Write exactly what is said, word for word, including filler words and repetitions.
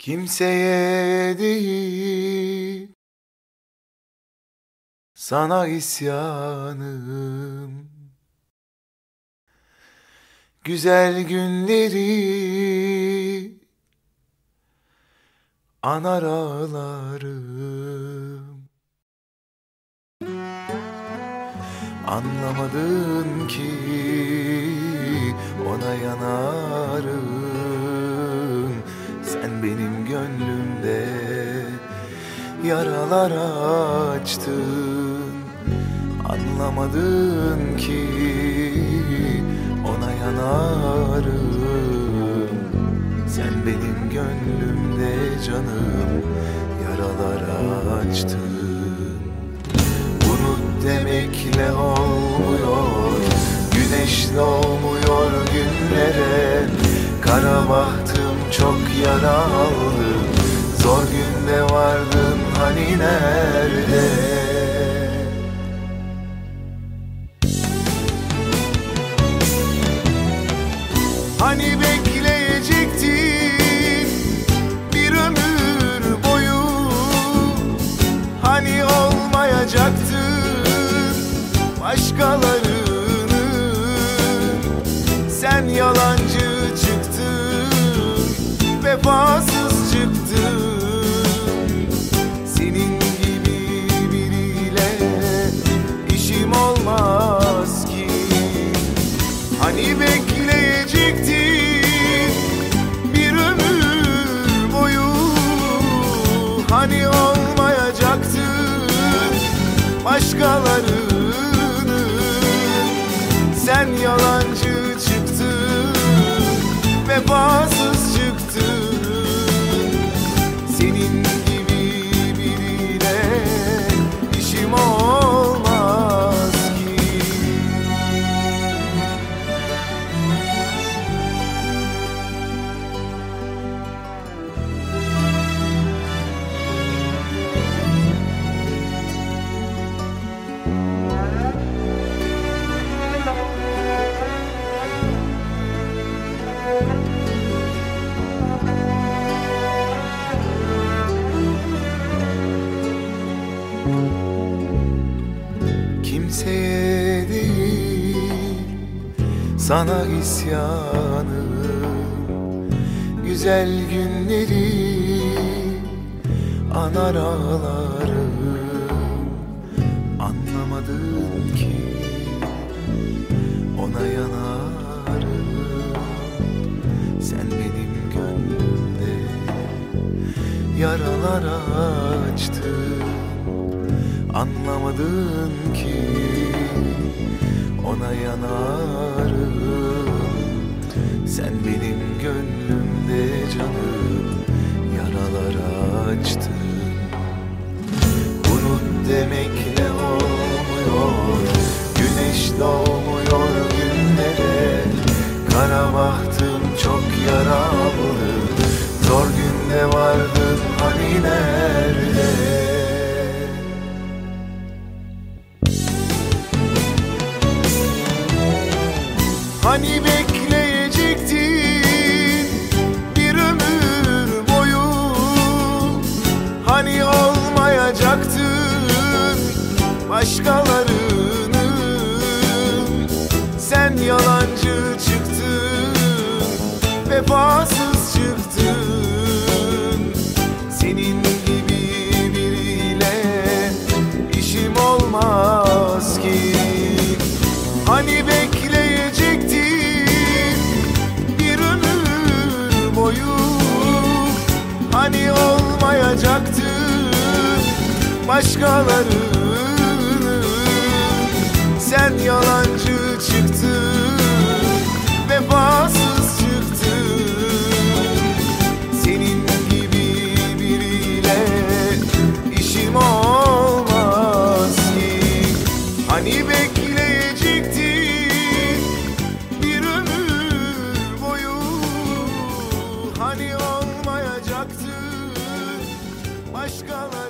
Kimseye değil, sana isyanım. Güzel günleri anar ağlarım. Anlamadın ki ona yanarım. Sen benim gönlümde yaralar açtın. Anlamadın ki ona yanarım. Sen benim gönlümde canım yaralar açtın. Unut demekle olmuyor, güneş doğmuyor günlere. Kara bahtım çok yaralı, zor günde vardın hani nerede? Hani bekleyecektin bir ömür boyu, hani olmayacaktın başkalarının. Sen yalancı çıktın, vefasız çıktın. Senin gibi biriyle işim olmaz ki. Hani bekleyecektin bir ömür boyu, hani olmayacaktın başkalarının. Sen yalancı çıktın, vefasız çıktın. Senin gibi biriyle işim olmaz ki. Kimseye değil, sana isyanım. Güzel günleri anar ağlarım. Anlamadın ki ona yanarım. Sen benim gönlümde yaralar açtın. Anlamadın ki ona yanarım. Sen benim gönlümde canım yaralar açtın. Unut demekle olmuyor, güneş doğmuyor günlere. Kara bahtım çok yaralı, zor günde vardın hani nerede? Hani bekleyecektin bir ömür boyu, hani olmayacaktın başkalarının. Sen yalancı çıktın, vefasız çıktın. Senin gibi biriyle işim olmaz ki. Hani bekleyecektin bir ömür boyu, hani olmayacaktın başkalarının. Sen yalancı çıktın, vefasız çıktın. Senin gibi biriyle işim olmaz ki. Hani bekleyecektin bir ömür boyu, hani olmayacaktın başkaları.